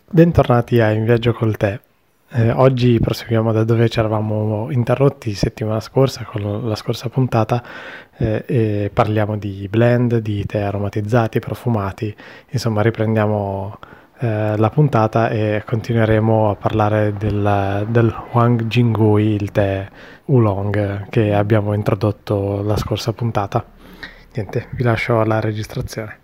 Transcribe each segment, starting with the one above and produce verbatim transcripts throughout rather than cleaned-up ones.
Bentornati a In Viaggio col Tè. Eh, oggi proseguiamo da dove ci eravamo interrotti settimana scorsa con la scorsa puntata eh, e parliamo di blend, di tè aromatizzati, profumati, insomma riprendiamo eh, la puntata e continueremo a parlare del, del Huang Jingui, il tè oolong che abbiamo introdotto la scorsa puntata. Niente, vi lascio alla registrazione.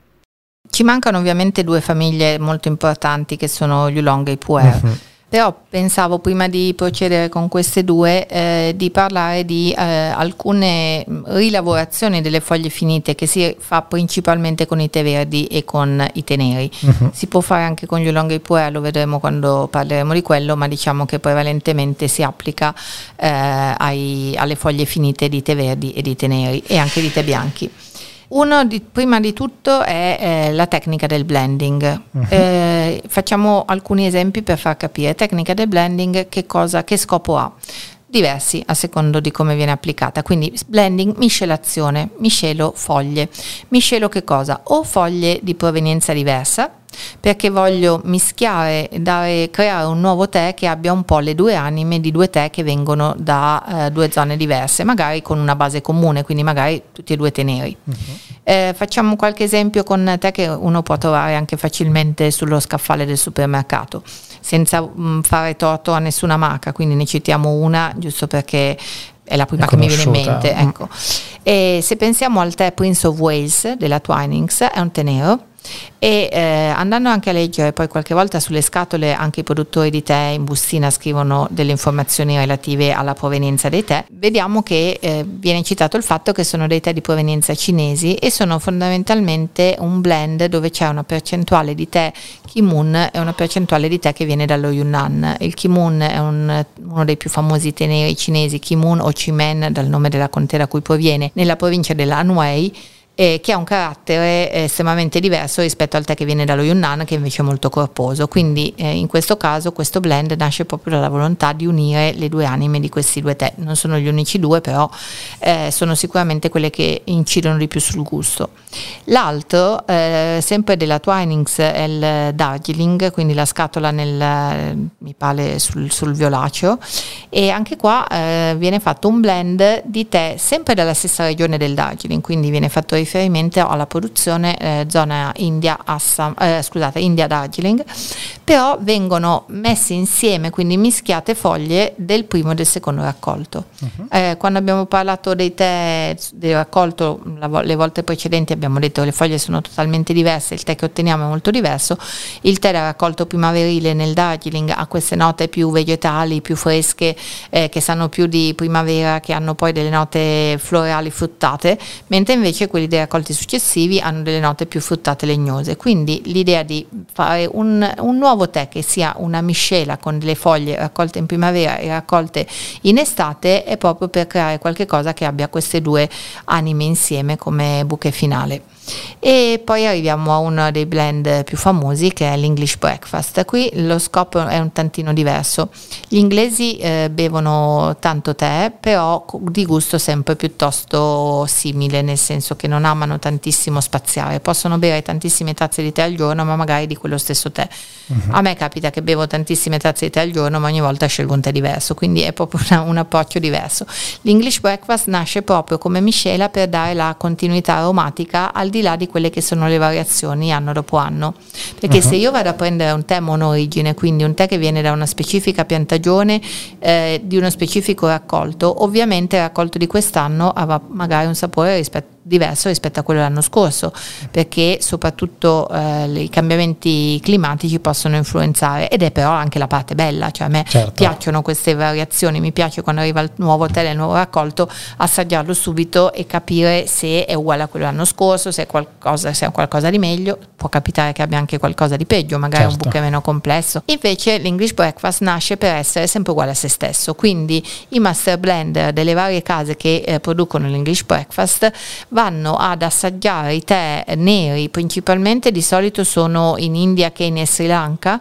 Ci mancano ovviamente due famiglie molto importanti che sono gli oolong e i pu'er, uh-huh. Però pensavo prima di procedere con queste due eh, di parlare di eh, alcune rilavorazioni delle foglie finite che si fa principalmente con i tè verdi e con i tè neri. Uh-huh. Si può fare anche con gli oolong e i pu'er, lo vedremo quando parleremo di quello, ma diciamo che prevalentemente si applica eh, ai, alle foglie finite di tè verdi e di tè neri e anche di tè bianchi. Uno di, prima di tutto è eh, la tecnica del blending. Uh-huh. Eh, facciamo alcuni esempi per far capire. Tecnica del blending, che cosa, che scopo ha? Diversi a secondo di come viene applicata. Quindi blending, miscelazione, miscelo foglie. Miscelo che cosa? O foglie di provenienza diversa, perché voglio mischiare, dare, creare un nuovo tè che abbia un po' le due anime di due tè che vengono da eh, due zone diverse, magari con una base comune, quindi magari tutti e due tè neri. Uh-huh. Eh, facciamo qualche esempio con tè che uno può trovare anche facilmente sullo scaffale del supermercato, senza mh, fare torto a nessuna marca, quindi ne citiamo una giusto perché è la prima è che mi viene in mente. Mm. Ecco. E se pensiamo al tè Prince of Wales della Twinings, è un tè nero. E eh, andando anche a leggere poi qualche volta sulle scatole, anche i produttori di tè in bustina scrivono delle informazioni relative alla provenienza dei tè, vediamo che eh, viene citato il fatto che sono dei tè di provenienza cinesi e sono fondamentalmente un blend dove c'è una percentuale di tè Ki-Moon e una percentuale di tè che viene dallo Yunnan. Il Ki-Moon è un, uno dei più famosi tè neri cinesi, Ki-Moon o Qimen dal nome della contea da cui proviene, nella provincia dell'Anhui, Eh, che ha un carattere eh, estremamente diverso rispetto al tè che viene dallo Yunnan, che invece è molto corposo. Quindi eh, in questo caso questo blend nasce proprio dalla volontà di unire le due anime di questi due tè. Non sono gli unici due, però eh, sono sicuramente quelle che incidono di più sul gusto. L'altro, eh, sempre della Twinings, è il Darjeeling, quindi la scatola nel, mi pare sul, sul violaceo, e anche qua eh, viene fatto un blend di tè sempre dalla stessa regione del Darjeeling, quindi viene fatto riferimento alla produzione eh, zona India, Assam, eh, scusate, India Darjeeling, però vengono messe insieme, quindi mischiate foglie del primo e del secondo raccolto. Uh-huh. Eh, quando abbiamo parlato dei tè del raccolto la, le volte precedenti abbiamo detto che le foglie sono totalmente diverse, il tè che otteniamo è molto diverso. Il tè da raccolto primaverile nel Darjeeling ha queste note più vegetali, più fresche, eh, che sanno più di primavera, che hanno poi delle note florali fruttate, mentre invece quelli dei raccolti successivi hanno delle note più fruttate legnose. Quindi l'idea di fare un, un nuovo tè che sia una miscela con delle foglie raccolte in primavera e raccolte in estate è proprio per creare qualche cosa che abbia queste due anime insieme come bouquet finale. E poi arriviamo a uno dei blend più famosi, che è l'English Breakfast. Qui lo scopo è un tantino diverso. Gli inglesi eh, bevono tanto tè, però di gusto sempre piuttosto simile, nel senso che non amano tantissimo spaziare, possono bere tantissime tazze di tè al giorno, ma magari di quello stesso tè. Uh-huh. A me capita che bevo tantissime tazze di tè al giorno, ma ogni volta scelgo un tè diverso, quindi è proprio una, un approccio diverso. L'English Breakfast nasce proprio come miscela per dare la continuità aromatica al di là di quelle che sono le variazioni anno dopo anno, perché uh-huh. se io vado a prendere un tè monoorigine, quindi un tè che viene da una specifica piantagione eh, di uno specifico raccolto, ovviamente il raccolto di quest'anno avrà magari un sapore rispetto diverso rispetto a quello dell'anno scorso, perché soprattutto eh, i cambiamenti climatici possono influenzare, ed è però anche la parte bella, cioè a me certo. piacciono queste variazioni, mi piace quando arriva il nuovo tè, il nuovo raccolto, assaggiarlo subito e capire se è uguale a quello dell'anno scorso, se è qualcosa, se è qualcosa di meglio. Può capitare che abbia anche qualcosa di peggio, magari certo. un bouquet meno complesso. Invece l'English Breakfast nasce per essere sempre uguale a se stesso, quindi i master blender delle varie case che eh, producono l'English Breakfast vanno ad assaggiare i tè neri, principalmente di solito sono in India, Kenya e Sri Lanka,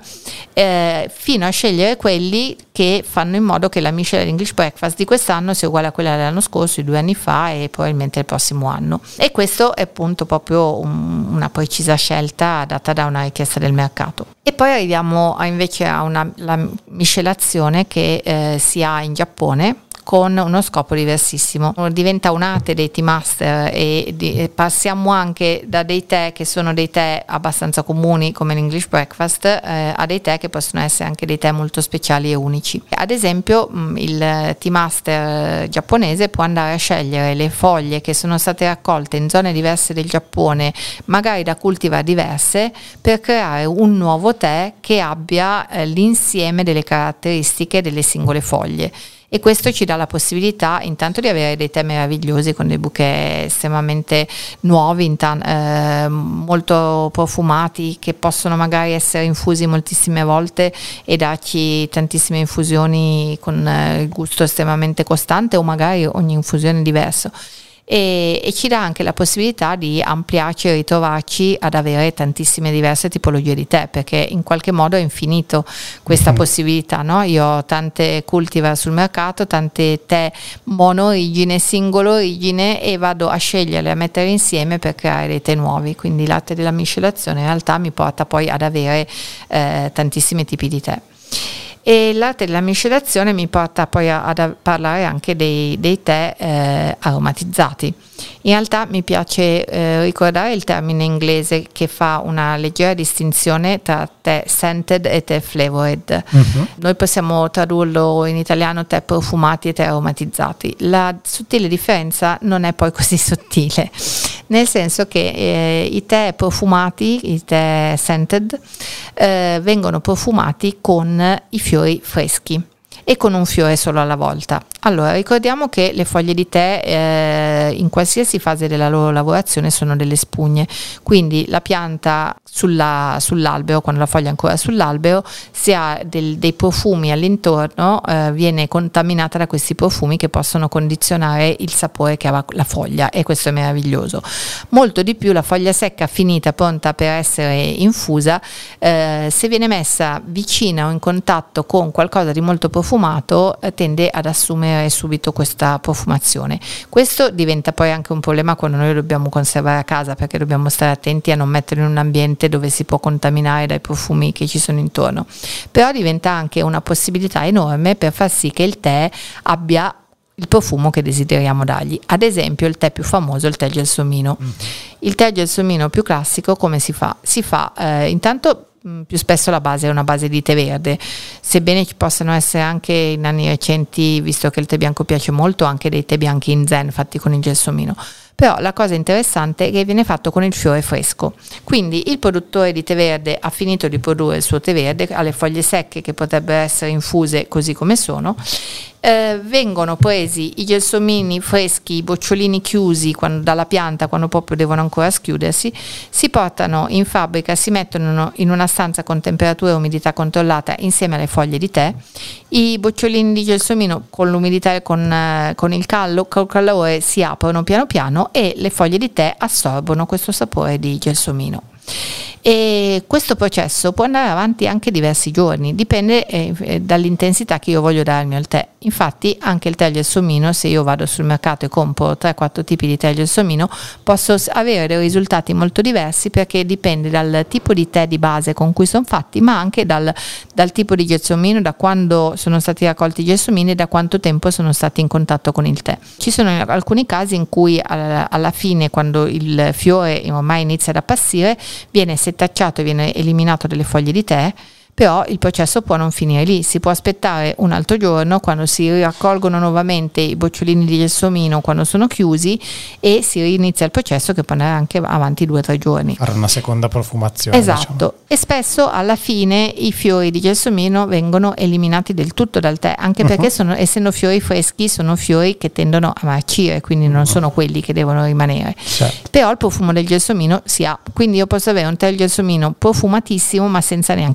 eh, fino a scegliere quelli che fanno in modo che la miscela English Breakfast di quest'anno sia uguale a quella dell'anno scorso, di due anni fa e probabilmente il prossimo anno. E questo è appunto proprio un, una precisa scelta data da una richiesta del mercato. E poi arriviamo a, invece a una la miscelazione che eh, si ha in Giappone, con uno scopo diversissimo. Diventa un'arte dei tea master e, di, e passiamo anche da dei tè che sono dei tè abbastanza comuni come l'English Breakfast eh, a dei tè che possono essere anche dei tè molto speciali e unici. Ad esempio mh, il tea master giapponese può andare a scegliere le foglie che sono state raccolte in zone diverse del Giappone, magari da cultivar diverse, per creare un nuovo tè che abbia eh, l'insieme delle caratteristiche delle singole foglie. E questo ci dà la possibilità intanto di avere dei tè meravigliosi con dei bouquet estremamente nuovi, intan- eh, molto profumati, che possono magari essere infusi moltissime volte e darci tantissime infusioni con eh, il gusto estremamente costante, o magari ogni infusione è diverso. E, e ci dà anche la possibilità di ampliarci e ritrovarci ad avere tantissime diverse tipologie di tè, perché in qualche modo è infinito questa mm-hmm. possibilità, no? Io ho tante cultivar sul mercato, tante tè mono origine, singolo origine, e vado a sceglierle, a mettere insieme per creare dei tè nuovi. Quindi l'arte della miscelazione in realtà mi porta poi ad avere eh, tantissimi tipi di tè. E l'arte della miscelazione mi porta poi a, a parlare anche dei, dei tè eh, aromatizzati. In realtà mi piace eh, ricordare il termine inglese che fa una leggera distinzione tra tè scented e tè flavored. Uh-huh. Noi possiamo tradurlo in italiano tè profumati e tè aromatizzati. La sottile differenza non è poi così sottile, nel senso che eh, i tè profumati, i tè scented, eh, vengono profumati con i fiori freschi e con un fiore solo alla volta. Allora, ricordiamo che le foglie di tè eh, in qualsiasi fase della loro lavorazione sono delle spugne, quindi la pianta sulla, sull'albero, quando la foglia è ancora sull'albero, se ha del, dei profumi all'intorno, eh, viene contaminata da questi profumi che possono condizionare il sapore che ha la foglia, e questo è meraviglioso. Molto di più la foglia secca finita, pronta per essere infusa, eh, se viene messa vicina o in contatto con qualcosa di molto profumato, eh, tende ad assumere subito questa profumazione. Questo diventa poi anche un problema quando noi lo dobbiamo conservare a casa, perché dobbiamo stare attenti a non metterlo in un ambiente dove si può contaminare dai profumi che ci sono intorno. Però diventa anche una possibilità enorme per far sì che il tè abbia il profumo che desideriamo dargli. Ad esempio il tè più famoso è il tè gelsomino. Mm. Il tè gelsomino più classico come si fa? Si fa eh, intanto più spesso la base è una base di tè verde, sebbene ci possano essere anche in anni recenti, visto che il tè bianco piace molto, anche dei tè bianchi in zen fatti con il gelsomino. Però la cosa interessante è che viene fatto con il fiore fresco, quindi il produttore di tè verde ha finito di produrre il suo tè verde, ha le foglie secche che potrebbero essere infuse così come sono, eh, vengono presi i gelsomini freschi, i bocciolini chiusi quando, dalla pianta, quando proprio devono ancora schiudersi, si portano in fabbrica, si mettono in una stanza con temperatura e umidità controllata insieme alle foglie di tè. I bocciolini di gelsomino con l'umidità e con, eh, con il callo, col calore si aprono piano piano e le foglie di tè assorbono questo sapore di gelsomino. E questo processo può andare avanti anche diversi giorni, dipende eh, dall'intensità che io voglio darmi al tè. Infatti anche il tè gelsomino, se io vado sul mercato e compro tre quattro tipi di tè gelsomino, posso avere dei risultati molto diversi, perché dipende dal tipo di tè di base con cui sono fatti, ma anche dal, dal tipo di gelsomino, da quando sono stati raccolti i gelsomini e da quanto tempo sono stati in contatto con il tè. Ci sono alcuni casi in cui alla, alla fine, quando il fiore ormai inizia ad appassire, viene setacciato e viene eliminato dalle foglie di tè, però il processo può non finire lì, si può aspettare un altro giorno quando si raccolgono nuovamente i bocciolini di gelsomino quando sono chiusi e si inizia il processo, che può andare anche avanti due o tre giorni. Fare una seconda profumazione. Esatto, diciamo. E spesso alla fine i fiori di gelsomino vengono eliminati del tutto dal tè, anche uh-huh. perché sono, essendo fiori freschi, sono fiori che tendono a marcire, quindi non uh-huh. sono quelli che devono rimanere. Certo. Però il profumo del gelsomino si ha, quindi io posso avere un tè gelsomino profumatissimo ma senza neanche un fiore.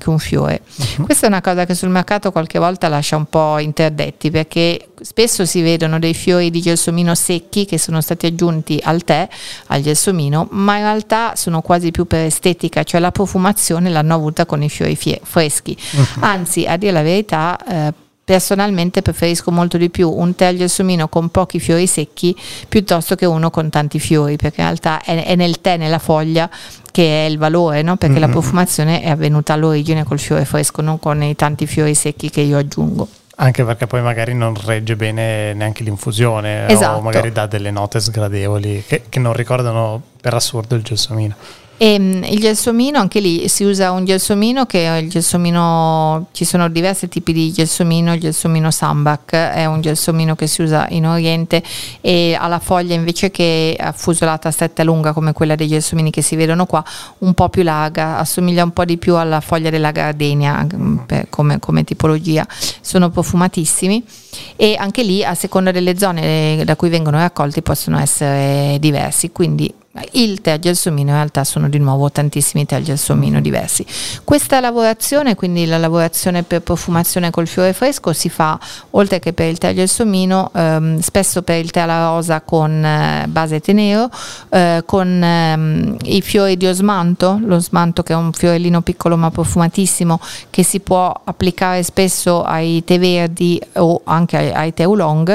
fiore. Uh-huh. Questa è una cosa che sul mercato qualche volta lascia un po' interdetti, perché spesso si vedono dei fiori di gelsomino secchi che sono stati aggiunti al tè, al gelsomino, ma in realtà sono quasi più per estetica, cioè la profumazione l'hanno avuta con i fiori fie- freschi. Uh-huh. Anzi, a dire la verità, eh, personalmente preferisco molto di più un tè al gelsomino con pochi fiori secchi piuttosto che uno con tanti fiori, perché in realtà è, è nel tè, nella foglia, che è il valore, no? Perché mm-hmm. la profumazione è avvenuta all'origine col fiore fresco, non con i tanti fiori secchi che io aggiungo. Anche perché poi magari non regge bene neanche l'infusione, esatto. O magari dà delle note sgradevoli che, che non ricordano per assurdo il gelsomino. E il gelsomino, anche lì si usa un gelsomino che è il gelsomino, ci sono diversi tipi di gelsomino. Il gelsomino sambac è un gelsomino che si usa in Oriente e ha la foglia, invece che affusolata stretta e lunga come quella dei gelsomini che si vedono qua, un po' più larga, assomiglia un po' di più alla foglia della gardenia per, come, come tipologia. Sono profumatissimi e anche lì a seconda delle zone da cui vengono raccolti possono essere diversi, quindi il tè al gelsomino in realtà sono di nuovo tantissimi tè al gelsomino diversi. Questa lavorazione, quindi la lavorazione per profumazione col fiore fresco, si fa oltre che per il tè al gelsomino ehm, spesso per il tè alla rosa con eh, base tenero, eh, con ehm, i fiori di osmanto, lo osmanto che è un fiorellino piccolo ma profumatissimo che si può applicare spesso ai tè verdi o anche ai, ai tè oolong,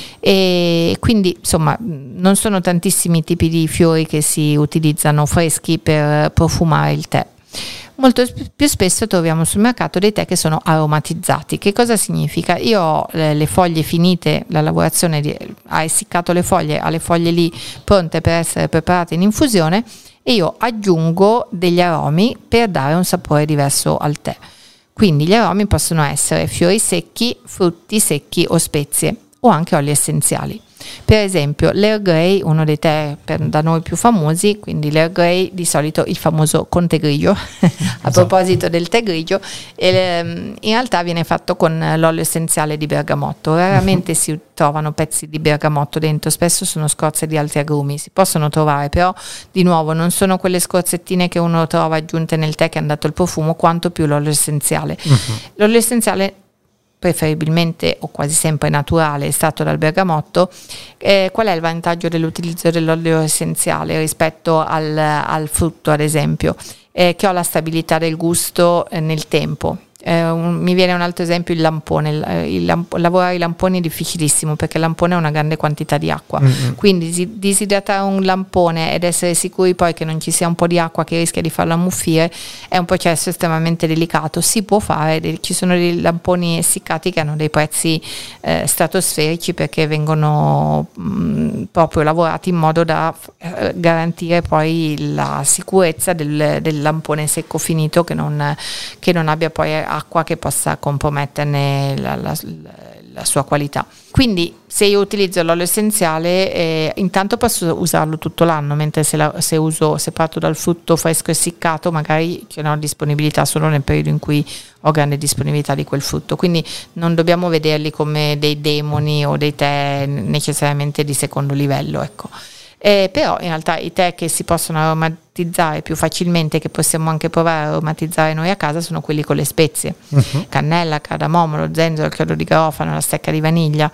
e quindi insomma non sono tantissimi tipi di fiori che si utilizzano freschi per profumare il tè. Molto più spesso troviamo sul mercato dei tè che sono aromatizzati. Che cosa significa? Io ho le, le foglie finite, la lavorazione di, ha essiccato le foglie, ha le foglie lì pronte per essere preparate in infusione e io aggiungo degli aromi per dare un sapore diverso al tè. Quindi gli aromi possono essere fiori secchi, frutti secchi o spezie, o anche oli essenziali. Per esempio l'Earl Grey, uno dei tè per, da noi più famosi, quindi l'Earl Grey, di solito il famoso Conte Grigio, a proposito del tè grigio, e, in realtà viene fatto con l'olio essenziale di bergamotto. Raramente uh-huh. si trovano pezzi di bergamotto dentro, spesso sono scorze di altri agrumi, si possono trovare, però di nuovo non sono quelle scorzettine che uno trova aggiunte nel tè che hanno dato il profumo, quanto più l'olio essenziale. Uh-huh. L'olio essenziale preferibilmente o quasi sempre naturale, estratto dal bergamotto. Eh, qual è il vantaggio dell'utilizzo dell'olio essenziale rispetto al, al frutto, ad esempio? Eh, che ho la stabilità del gusto eh, nel tempo. Eh, un, mi viene un altro esempio, il lampone. Il, il lamp- lavorare i lamponi è difficilissimo perché il lampone ha una grande quantità di acqua, mm-hmm. quindi si, disidratare un lampone ed essere sicuri poi che non ci sia un po' di acqua che rischia di farlo ammuffire è un processo estremamente delicato. Si può fare, ci sono dei lamponi essiccati che hanno dei prezzi eh, stratosferici perché vengono mh, proprio lavorati in modo da eh, garantire poi la sicurezza del, del lampone secco finito, che non, che non abbia poi acqua che possa comprometterne la, la, la sua qualità. Quindi se io utilizzo l'olio essenziale eh, intanto posso usarlo tutto l'anno, mentre se, la, se uso se parto dal frutto fresco essiccato magari ce n'ho disponibilità solo nel periodo in cui ho grande disponibilità di quel frutto, quindi non dobbiamo vederli come dei demoni o dei tè necessariamente di secondo livello, ecco. Eh, però in realtà i tè che si possono aromatizzare più facilmente, che possiamo anche provare a aromatizzare noi a casa, sono quelli con le spezie, uh-huh. cannella, cardamomo, lo zenzero, il chiodo di garofano, la stecca di vaniglia,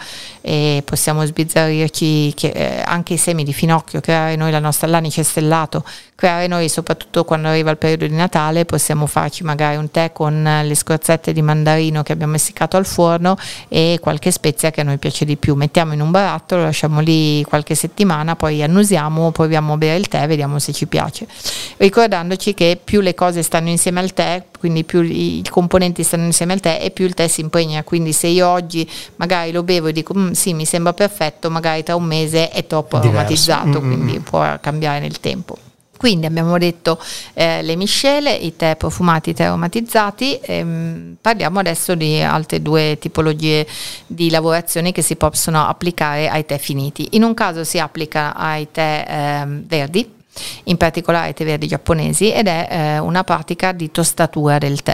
e possiamo sbizzarrirci che, eh, anche i semi di finocchio, creare noi la nostra l'anice stellato, creare noi, soprattutto quando arriva il periodo di Natale, possiamo farci magari un tè con le scorzette di mandarino che abbiamo essiccato al forno e qualche spezia che a noi piace di più, mettiamo in un barattolo, lo lasciamo lì qualche settimana, poi annusiamo, proviamo a bere il tè, vediamo se ci piace, ricordandoci che più le cose stanno insieme al tè, quindi più i componenti stanno insieme al tè e più il tè si impregna. Quindi se io oggi magari lo bevo e dico sì, mi sembra perfetto, magari tra un mese è troppo aromatizzato, mm-hmm. quindi può cambiare nel tempo. Quindi abbiamo detto eh, le miscele, i tè profumati, i tè aromatizzati. Ehm, parliamo adesso di altre due tipologie di lavorazioni che si possono applicare ai tè finiti. In un caso si applica ai tè ehm, verdi, in particolare ai tè verdi giapponesi, ed è eh, una pratica di tostatura del tè.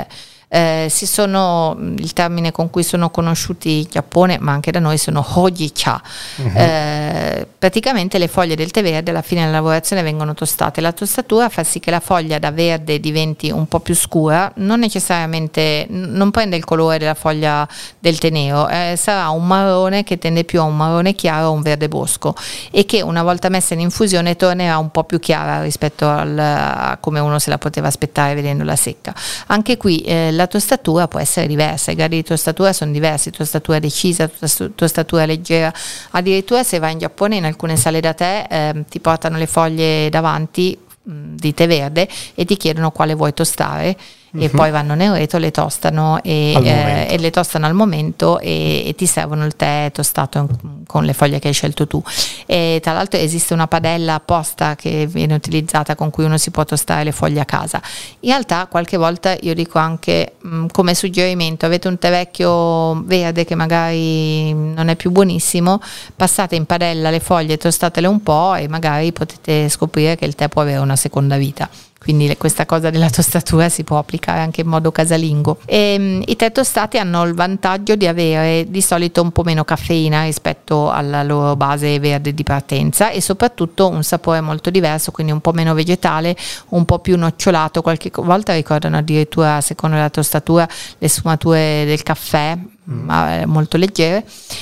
Eh, si sono, il termine con cui sono conosciuti in Giappone, ma anche da noi, sono hojicha. Uh-huh. Eh, praticamente le foglie del tè verde alla fine della lavorazione vengono tostate. La tostatura fa sì che la foglia da verde diventi un po' più scura, non necessariamente, non prende il colore della foglia del tè nero, eh, sarà un marrone che tende più a un marrone chiaro o un verde bosco, e che una volta messa in infusione tornerà un po' più chiara rispetto al, a come uno se la poteva aspettare vedendola secca. Anche qui eh, la tostatura può essere diversa, i gradi di tostatura sono diversi, tostatura decisa, tostatura leggera. Addirittura se vai in Giappone, in alcune sale da tè eh, ti portano le foglie davanti mh, di tè verde e ti chiedono quale vuoi tostare. E uh-huh. poi vanno nel retro, le tostano e, eh, e le tostano al momento e, e ti servono il tè tostato in, con le foglie che hai scelto tu. E tra l'altro esiste una padella apposta che viene utilizzata con cui uno si può tostare le foglie a casa. In realtà qualche volta io dico anche mh, come suggerimento: avete un tè vecchio verde che magari non è più buonissimo, passate in padella le foglie, tostatele un po' e magari potete scoprire che il tè può avere una seconda vita. Quindi questa cosa della tostatura si può applicare anche in modo casalingo. E, i tè tostati hanno il vantaggio di avere di solito un po' meno caffeina rispetto alla loro base verde di partenza, e soprattutto un sapore molto diverso, quindi un po' meno vegetale, un po' più nocciolato. Qualche volta ricordano addirittura, secondo la tostatura, le sfumature del caffè, ma molto leggere,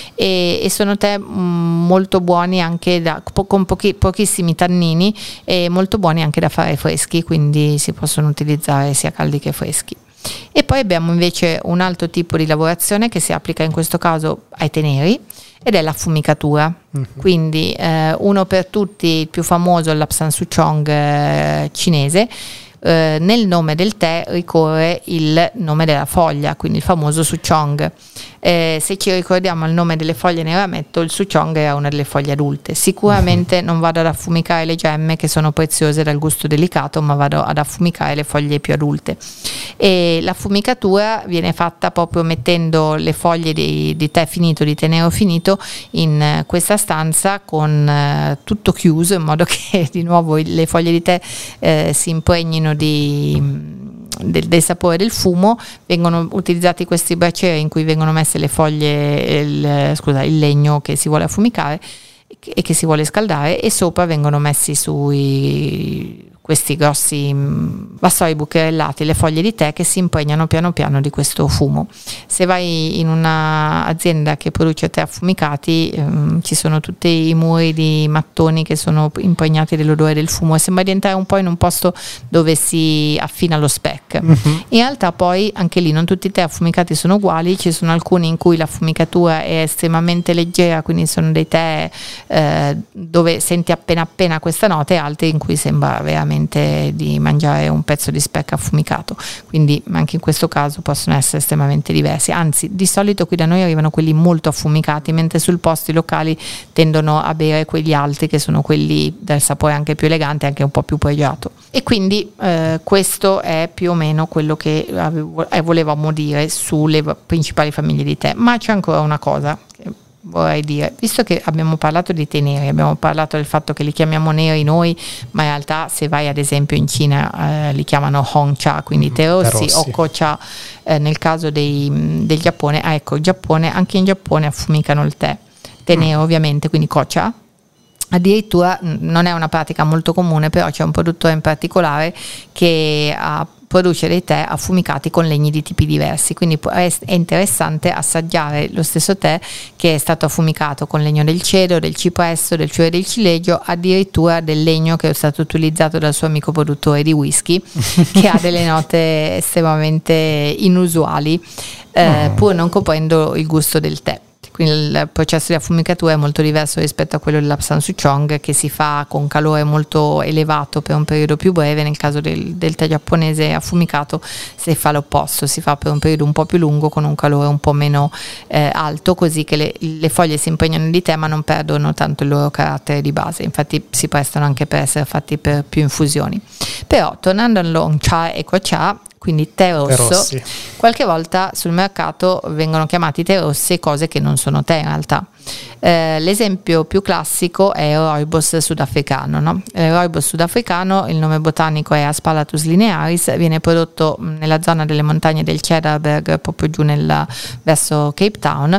e, e sono tè mh, molto buoni anche da, po- con pochi, pochissimi tannini, e molto buoni anche da fare freschi, quindi si possono utilizzare sia caldi che freschi. E poi abbiamo invece un altro tipo di lavorazione che si applica in questo caso ai tè neri, ed è l'affumicatura. Uh-huh. Quindi eh, uno per tutti, il più famoso, è l'Apsan Souchong eh, cinese. Uh, nel nome del tè ricorre il nome della foglia, quindi il famoso Souchong. Eh, se ci ricordiamo il nome delle foglie nel rametto, il Souchong era una delle foglie adulte. Sicuramente non vado ad affumicare le gemme, che sono preziose dal gusto delicato, ma vado ad affumicare le foglie più adulte. E l'affumicatura viene fatta proprio mettendo le foglie di, di tè finito, di tè nero finito, in uh, questa stanza con uh, tutto chiuso, in modo che di nuovo le foglie di tè uh, si impregnino Di, del, del sapore del fumo. Vengono utilizzati questi bracieri in cui vengono messe le foglie, il, scusa, il legno che si vuole affumicare e che si vuole scaldare, e sopra vengono messi sui questi grossi mh, vassoi bucherellati le foglie di tè, che si impregnano piano piano di questo fumo. Se vai in una azienda che produce tè affumicati, ehm, ci sono tutti i muri di mattoni che sono impregnati dell'odore del fumo, e sembra di entrare un po' in un posto dove si affina lo speck. Uh-huh. In realtà poi anche lì non tutti i tè affumicati sono uguali, ci sono alcuni in cui l'affumicatura è estremamente leggera, quindi sono dei tè eh, dove senti appena appena questa nota, e altri in cui sembra veramente di mangiare un pezzo di speck affumicato. Quindi anche in questo caso possono essere estremamente diversi. Anzi, di solito qui da noi arrivano quelli molto affumicati, mentre sul posto i locali tendono a bere quegli altri, che sono quelli dal sapore anche più elegante, anche un po' più pregiato. E quindi eh, questo è più o meno quello che avevo, eh, volevamo dire sulle principali famiglie di tè. Ma c'è ancora una cosa che vorrei dire, visto che abbiamo parlato di tè neri, abbiamo parlato del fatto che li chiamiamo neri noi, ma in realtà se vai ad esempio in Cina eh, li chiamano Hongcha, quindi tè rossi, o Kocha eh, nel caso dei, del Giappone. Ah, ecco, il Giappone, anche in Giappone affumicano il tè, tè nero ovviamente, quindi Kocha. Addirittura non è una pratica molto comune, però c'è un produttore in particolare che ha produce dei tè affumicati con legni di tipi diversi, quindi è interessante assaggiare lo stesso tè che è stato affumicato con legno del cedro, del cipresso, del fiore del ciliegio, addirittura del legno che è stato utilizzato dal suo amico produttore di whisky, che ha delle note estremamente inusuali, eh, pur non coprendo il gusto del tè. Quindi il processo di affumicatura è molto diverso rispetto a quello dell'Apsan Souchong, che si fa con calore molto elevato per un periodo più breve. Nel caso del, del tè giapponese affumicato si fa l'opposto, si fa per un periodo un po' più lungo con un calore un po' meno eh, alto, così che le, le foglie si impregnano di tè ma non perdono tanto il loro carattere di base. Infatti si prestano anche per essere fatti per più infusioni. Però tornando all'Hongcha e Kocha, quindi tè rosso, qualche volta sul mercato vengono chiamati tè rossi cose che non sono tè in realtà. Eh, l'esempio più classico è il rooibos sudafricano, no? Il rooibos sudafricano, il nome botanico è Aspalathus linearis, viene prodotto nella zona delle montagne del Cederberg, proprio giù nella, verso Cape Town,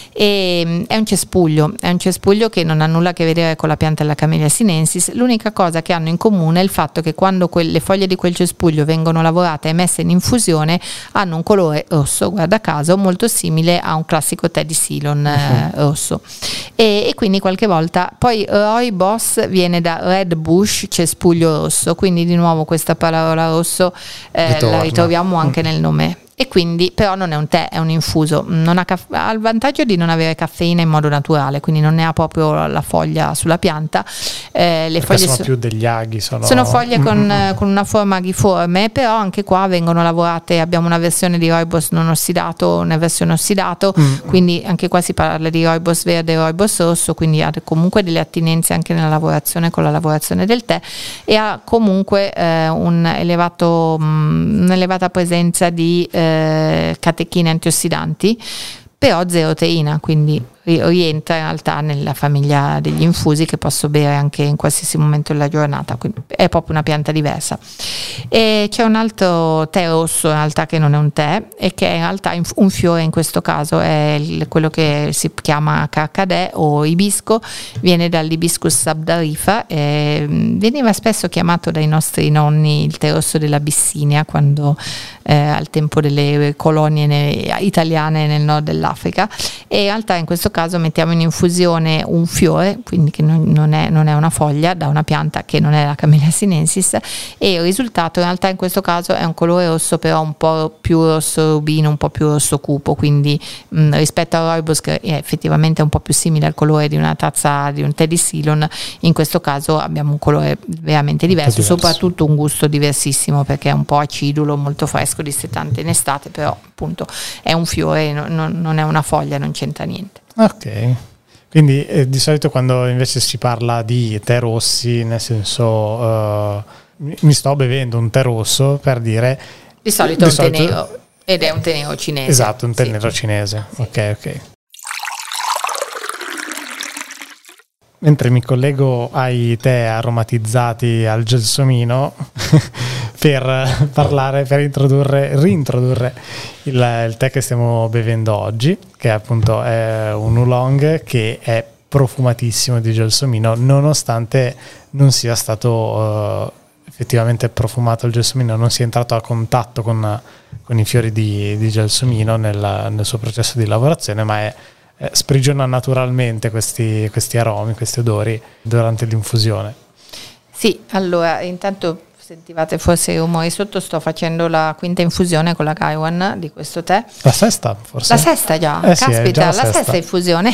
e è un cespuglio, è un cespuglio che non ha nulla a che vedere con la pianta della Camellia sinensis. L'unica cosa che hanno in comune è il fatto che quando que- le foglie di quel cespuglio vengono lavorate e messe in infusione hanno un colore rosso, guarda caso, molto simile a un classico tè di Ceylon eh, rosso. E, e quindi qualche volta poi rooibos viene da red bush, cespuglio rosso, quindi di nuovo questa parola rosso eh, la ritroviamo anche nel nome. E quindi però non è un tè, è un infuso, non ha, caff- ha il vantaggio di non avere caffeina in modo naturale, quindi non ne ha proprio la foglia sulla pianta. Eh, le foglie sono so- più degli aghi, sono, sono foglie con, mm-hmm. con una forma aghiforme, però anche qua vengono lavorate, abbiamo una versione di rooibos non ossidato, una versione ossidato, mm-hmm. quindi anche qua si parla di rooibos verde e rooibos rosso, quindi ha comunque delle attinenze anche nella lavorazione con la lavorazione del tè, e ha comunque eh, un elevato, mh, un'elevata presenza di eh, catechine antiossidanti, però zero teina, quindi rientra in realtà nella famiglia degli infusi che posso bere anche in qualsiasi momento della giornata, quindi è proprio una pianta diversa. E c'è un altro tè rosso in realtà che non è un tè, e che è in realtà un fiore, in questo caso è il, quello che si chiama carcadè o ibisco, viene dall'Hibiscus sabdarifa, e veniva spesso chiamato dai nostri nonni il tè rosso dell'Abissinia, quando eh, al tempo delle colonie ne, italiane nel nord dell'Africa, e in realtà in questo caso mettiamo in infusione un fiore, quindi che non, non, è, non è una foglia, da una pianta che non è la Camellia sinensis, e il risultato in realtà in questo caso è un colore rosso, però un po' più rosso rubino, un po' più rosso cupo, quindi mh, rispetto al rooibos, che è effettivamente un po' più simile al colore di una tazza di un tè di Ceylon, in questo caso abbiamo un colore veramente diverso, diverso. Soprattutto un gusto diversissimo, perché è un po' acidulo, molto fresco, dissetante in estate, però appunto è un fiore, non, non è una foglia, non c'entra niente. Ok, quindi eh, di solito quando invece si parla di tè rossi, nel senso uh, mi sto bevendo un tè rosso, per dire, di solito è un tè nero, ed è un tè nero cinese. Esatto, un tè sì. nero cinese, sì. ok ok. Mentre mi collego ai tè aromatizzati al gelsomino per parlare, per introdurre, reintrodurre il, il tè che stiamo bevendo oggi, che appunto è un oolong che è profumatissimo di gelsomino, nonostante non sia stato uh, effettivamente profumato il gelsomino, non sia entrato a contatto con, con i fiori di, di gelsomino nel, nel suo processo di lavorazione, ma è Eh, sprigiona naturalmente questi, questi aromi, questi odori durante l'infusione. Sì, allora intanto sentivate forse i rumori sotto, sto facendo la quinta infusione con la Gaiwan di questo tè. La sesta forse? La sesta già, eh caspita, sì, già la, la sesta. sesta infusione.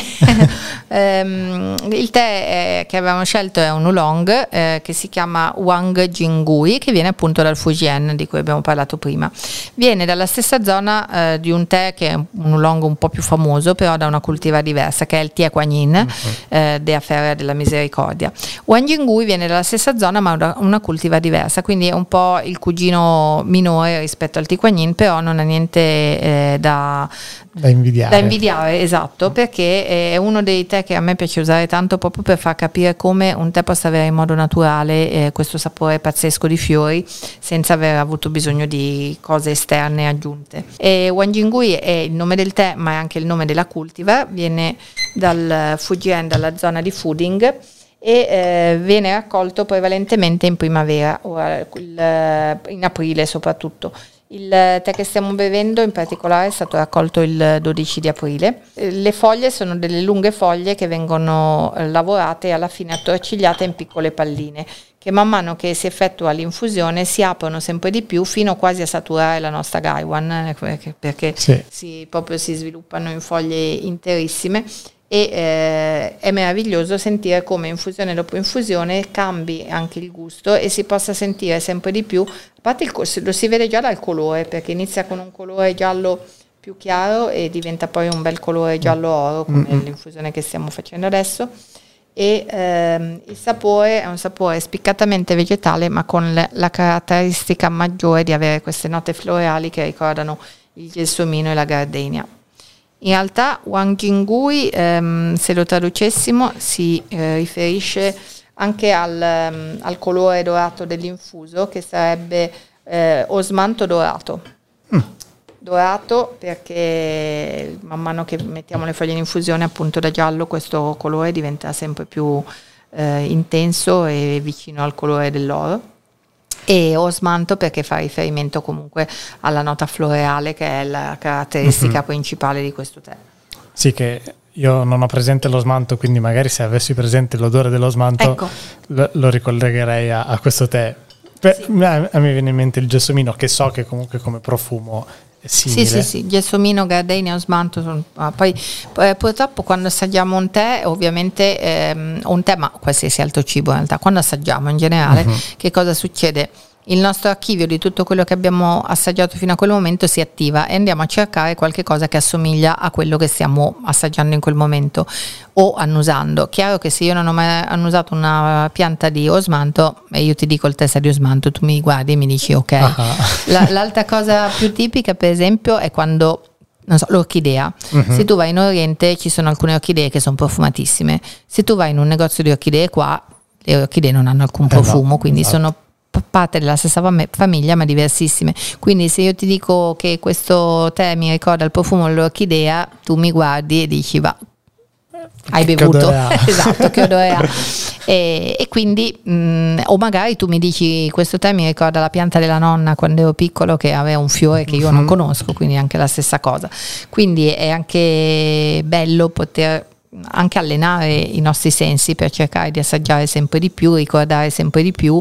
um, il tè eh, che avevamo scelto è un oolong eh, che si chiama Wang Jingui, che viene appunto dal Fujian, di cui abbiamo parlato prima. Viene dalla stessa zona eh, di un tè che è un oolong un po' più famoso, però da una cultiva diversa, che è il Tie Kuan Yin, mm-hmm. eh, Dea Ferrea della Misericordia. Wang Jingui viene dalla stessa zona, ma da una cultiva diversa, quindi è un po' il cugino minore rispetto al Tie Kuan Yin, però non ha niente eh, da, da invidiare. Da invidiare, esatto, perché è uno dei tè che a me piace usare tanto, proprio per far capire come un tè possa avere in modo naturale eh, questo sapore pazzesco di fiori, senza aver avuto bisogno di cose esterne aggiunte. E Wang Jingui è il nome del tè, ma è anche il nome della cultivar, viene dal Fujian, dalla zona di Fuding, e eh, viene raccolto prevalentemente in primavera, o in aprile soprattutto. Il tè che stiamo bevendo in particolare è stato raccolto il dodici di aprile. Le foglie sono delle lunghe foglie che vengono lavorate e alla fine attorcigliate in piccole palline, che man mano che si effettua l'infusione si aprono sempre di più fino quasi a saturare la nostra Gaiwan, perché, perché sì. si, proprio si sviluppano in foglie interissime. E eh, è meraviglioso sentire come infusione dopo infusione cambi anche il gusto e si possa sentire sempre di più, a parte il, lo si vede già dal colore, perché inizia con un colore giallo più chiaro e diventa poi un bel colore giallo oro, come mm-hmm. l'infusione che stiamo facendo adesso, e ehm, il sapore è un sapore spiccatamente vegetale, ma con le, la caratteristica maggiore di avere queste note floreali che ricordano il gelsomino e la gardenia. In realtà Wang Jingui, ehm, se lo traducessimo, si eh, riferisce anche al, um, al colore dorato dell'infuso, che sarebbe eh, osmanto dorato. Mm. Dorato perché man mano che mettiamo le foglie in infusione, appunto da giallo, questo colore diventa sempre più eh, intenso e vicino al colore dell'oro. E osmanto perché fa riferimento comunque alla nota floreale, che è la caratteristica mm-hmm. principale di questo tè. Sì, che io non ho presente l'osmanto, quindi magari se avessi presente l'odore dell'osmanto, ecco, lo, lo ricollegherei a, a questo tè. Per, sì. a, a me viene in mente il gelsomino, che so che comunque come profumo è simile. Sì, sì, sì, gelsomino, gardenia, osmanto. Sono, ah, poi eh, purtroppo quando assaggiamo un tè, ovviamente ehm, un tè, ma qualsiasi altro cibo in realtà, quando assaggiamo in generale, uh-huh. che cosa succede? Il nostro archivio di tutto quello che abbiamo assaggiato fino a quel momento si attiva e andiamo a cercare qualche cosa che assomiglia a quello che stiamo assaggiando in quel momento o annusando. Chiaro che se io non ho mai annusato una pianta di osmanto e io ti dico il tè sa di osmanto, tu mi guardi e mi dici ok. Uh-huh. La, l'altra cosa più tipica, per esempio, è quando, non so, l'orchidea. Uh-huh. Se tu vai in Oriente ci sono alcune orchidee che sono profumatissime. Se tu vai in un negozio di orchidee qua, le orchidee non hanno alcun profumo, eh no, quindi esatto. sono parte della stessa fam- famiglia ma diversissime. Quindi se io ti dico che questo tè mi ricorda il profumo dell'orchidea, tu mi guardi e dici va, hai che bevuto? Esatto, che odore ha. E, e quindi mh, o magari tu mi dici questo tè mi ricorda la pianta della nonna quando ero piccolo che aveva un fiore che io non conosco, quindi anche la stessa cosa. Quindi è anche bello poter anche allenare i nostri sensi per cercare di assaggiare sempre di più, ricordare sempre di più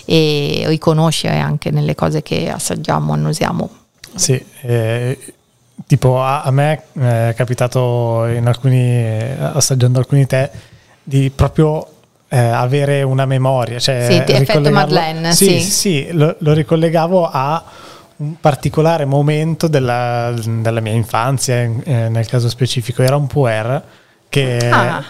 e riconoscere anche nelle cose che assaggiamo, annusiamo. Sì, eh, tipo a, a me è capitato in alcuni, assaggiando alcuni tè, di proprio eh, avere una memoria, cioè sì, effetto Madeleine. Sì, sì, sì, lo, lo ricollegavo a un particolare momento della, della mia infanzia, eh, nel caso specifico era un puer che, ah,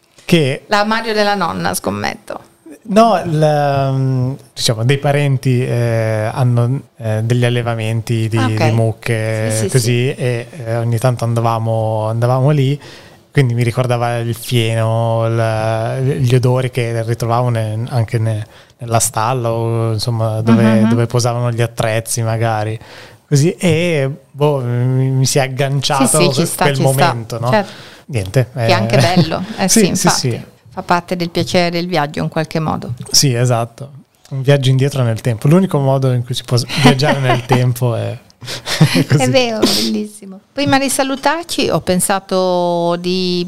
che l'armadio della nonna, scommetto. No, la, diciamo dei parenti eh, hanno eh, degli allevamenti di, okay. di mucche, sì, sì, così sì. E eh, ogni tanto andavamo, andavamo lì, quindi mi ricordava il fieno, la, gli odori che ritrovavo ne, anche ne, nella stalla o insomma dove, uh-huh. dove posavano gli attrezzi magari. Così, e boh, mi, mi si è agganciato sì, sì, ci sta, quel ci momento, sta. no? Certo. Niente. Che è anche bello, eh sì, sì, infatti, sì, sì. Fa parte del piacere del viaggio in qualche modo. Sì, esatto. Un viaggio indietro nel tempo. L'unico modo in cui si può viaggiare nel tempo è così. È vero, bellissimo. Prima di salutarci ho pensato di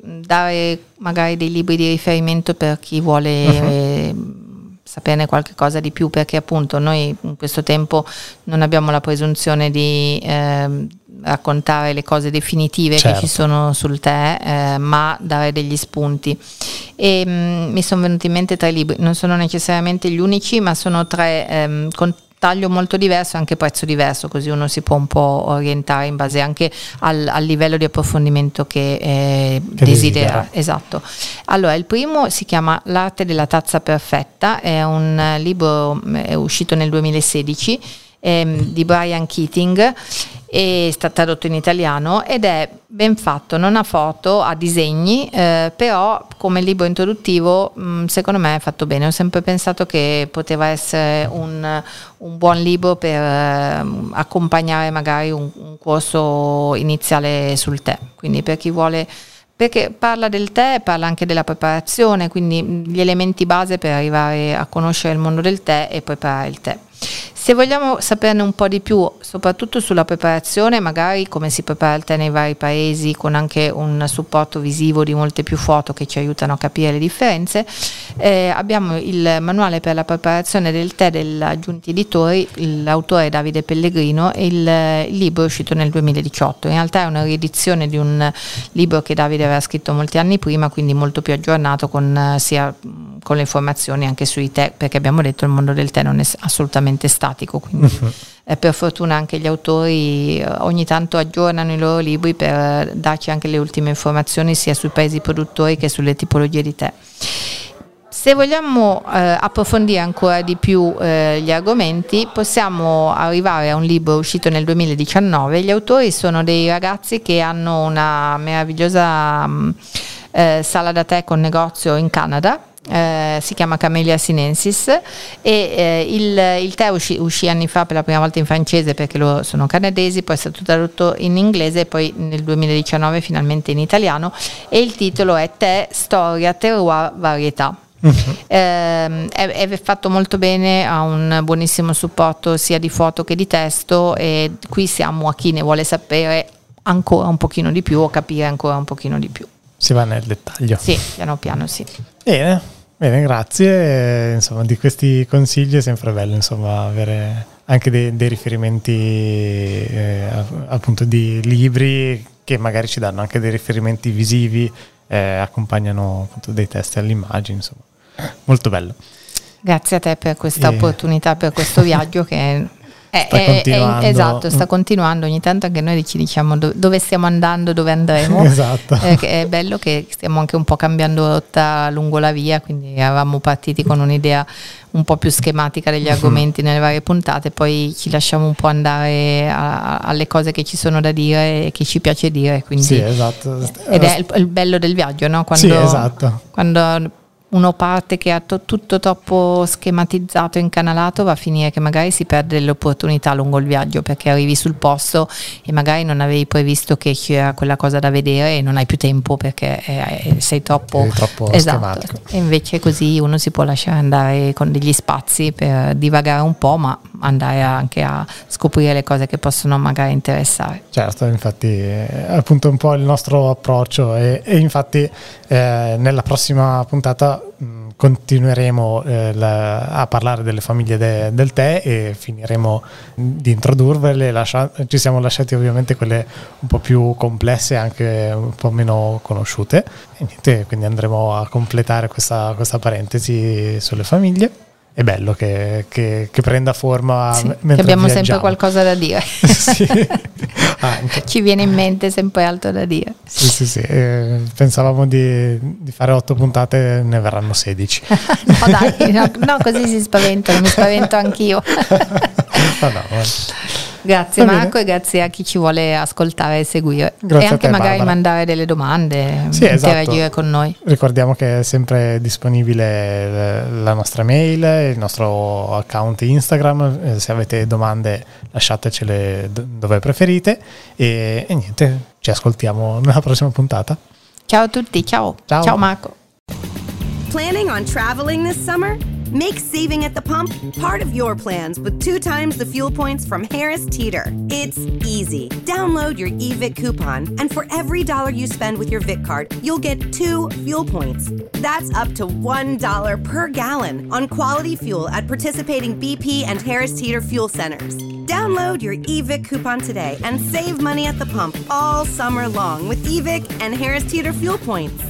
dare magari dei libri di riferimento per chi vuole uh-huh. saperne qualche cosa di più, perché appunto noi in questo tempo non abbiamo la presunzione di eh, raccontare le cose definitive certo. che ci sono sul tè, eh, ma dare degli spunti. E mh, mi sono venuti in mente tre libri, non sono necessariamente gli unici, ma sono tre ehm, con taglio molto diverso e anche prezzo diverso, così uno si può un po' orientare in base anche al, al livello di approfondimento che, eh, che desidera. desidera. Esatto. Allora, il primo si chiama L'arte della tazza perfetta, è un libro, è uscito nel duemilasedici, ehm, di Brian Keating, è stato tradotto in italiano ed è ben fatto, non ha foto, ha disegni, eh, però come libro introduttivo mh, secondo me è fatto bene. Ho sempre pensato che poteva essere un, un buon libro per eh, accompagnare magari un, un corso iniziale sul tè, quindi per chi vuole, perché parla del tè, parla anche della preparazione, quindi gli elementi base per arrivare a conoscere il mondo del tè e preparare il tè. Se vogliamo saperne un po' di più, soprattutto sulla preparazione, magari come si prepara il tè nei vari paesi, con anche un supporto visivo di molte più foto che ci aiutano a capire le differenze, eh, abbiamo il manuale per la preparazione del tè dell'Aggiunti Editori, l'autore Davide Pellegrino, e il, il libro è uscito nel duemiladiciotto. In realtà è una riedizione di un libro che Davide aveva scritto molti anni prima, quindi molto più aggiornato con sia con le informazioni anche sui tè, perché abbiamo detto il mondo del tè non è assolutamente statico, quindi uh-huh. eh, per fortuna anche gli autori eh, ogni tanto aggiornano i loro libri per eh, darci anche le ultime informazioni sia sui paesi produttori che sulle tipologie di tè. Se vogliamo eh, approfondire ancora di più eh, gli argomenti, possiamo arrivare a un libro uscito nel duemiladiciannove. Gli autori sono dei ragazzi che hanno una meravigliosa mh, eh, sala da tè con negozio in Canada. Eh, si chiama Camellia Sinensis e eh, il, il tè uscì, uscì anni fa per la prima volta in francese perché loro sono canadesi, poi è stato tradotto in inglese e poi nel duemiladiciannove finalmente in italiano, e il titolo è Tè, storia, terroir, varietà. Uh-huh. Eh, è, è fatto molto bene, ha un buonissimo supporto sia di foto che di testo, e qui siamo a chi ne vuole sapere ancora un pochino di più o capire ancora un pochino di più. Si va nel dettaglio. Sì, piano piano sì. Bene, bene, grazie. Insomma, di questi consigli è sempre bello, insomma, avere anche dei, dei riferimenti eh, appunto di libri che magari ci danno anche dei riferimenti visivi, eh, accompagnano appunto dei testi all'immagine, insomma. Molto bello. Grazie a te per questa e... opportunità, per questo viaggio che è, sta è, continuando. È, esatto, sta continuando. Ogni tanto anche noi ci diciamo do, dove stiamo andando, dove andremo. Esatto. Eh, è bello che stiamo anche un po' cambiando rotta lungo la via, quindi eravamo partiti con un'idea un po' più schematica degli argomenti nelle varie puntate, poi ci lasciamo un po' andare a, a, alle cose che ci sono da dire e che ci piace dire, quindi sì, esatto. Ed è il, il bello del viaggio, no? Quando, sì, esatto. Quando uno parte che ha to- tutto troppo schematizzato e incanalato, va a finire che magari si perde delle opportunità lungo il viaggio, perché arrivi sul posto e magari non avevi previsto che c'era quella cosa da vedere e non hai più tempo perché eh, sei troppo, sei troppo esatto. schematico. E invece così uno si può lasciare andare con degli spazi per divagare un po', ma andare anche a scoprire le cose che possono magari interessare. Certo, infatti è appunto un po' il nostro approccio, e, e infatti eh, nella prossima puntata continueremo eh, la, a parlare delle famiglie de, del tè e finiremo di introdurvele. Lascia, ci siamo lasciati ovviamente quelle un po' più complesse, anche un po' meno conosciute, e niente, quindi andremo a completare questa, questa parentesi sulle famiglie. È bello che, che, che prenda forma, sì, mentre che abbiamo viaggiamo. sempre qualcosa da dire. Sì, anche. Ci viene in mente sempre altro da dire. Sì, sì, sì. Eh, pensavamo di, di fare otto puntate, ne verranno sedici. No dai, no, no, così si spaventano, mi spavento anch'io. No, no, Grazie Marco, e grazie a chi ci vuole ascoltare e seguire. Grazie e anche a te, magari Barbara. Mandare delle domande, sì, interagire esatto. con noi. Ricordiamo che è sempre disponibile la nostra mail, il nostro account Instagram. Se avete domande lasciatecele dove preferite, e, e niente, ci ascoltiamo nella prossima puntata. Ciao a tutti, ciao. Ciao, ciao Marco. Planning on traveling this summer? Make saving at the pump part of your plans with two times the fuel points from Harris Teeter. It's easy. Download your E V I C coupon, and for every dollar you spend with your V I C card, you'll get two fuel points. That's up to one dollar per gallon on quality fuel at participating B P and Harris Teeter fuel centers. Download your E V I C coupon today and save money at the pump all summer long with E V I C and Harris Teeter fuel points.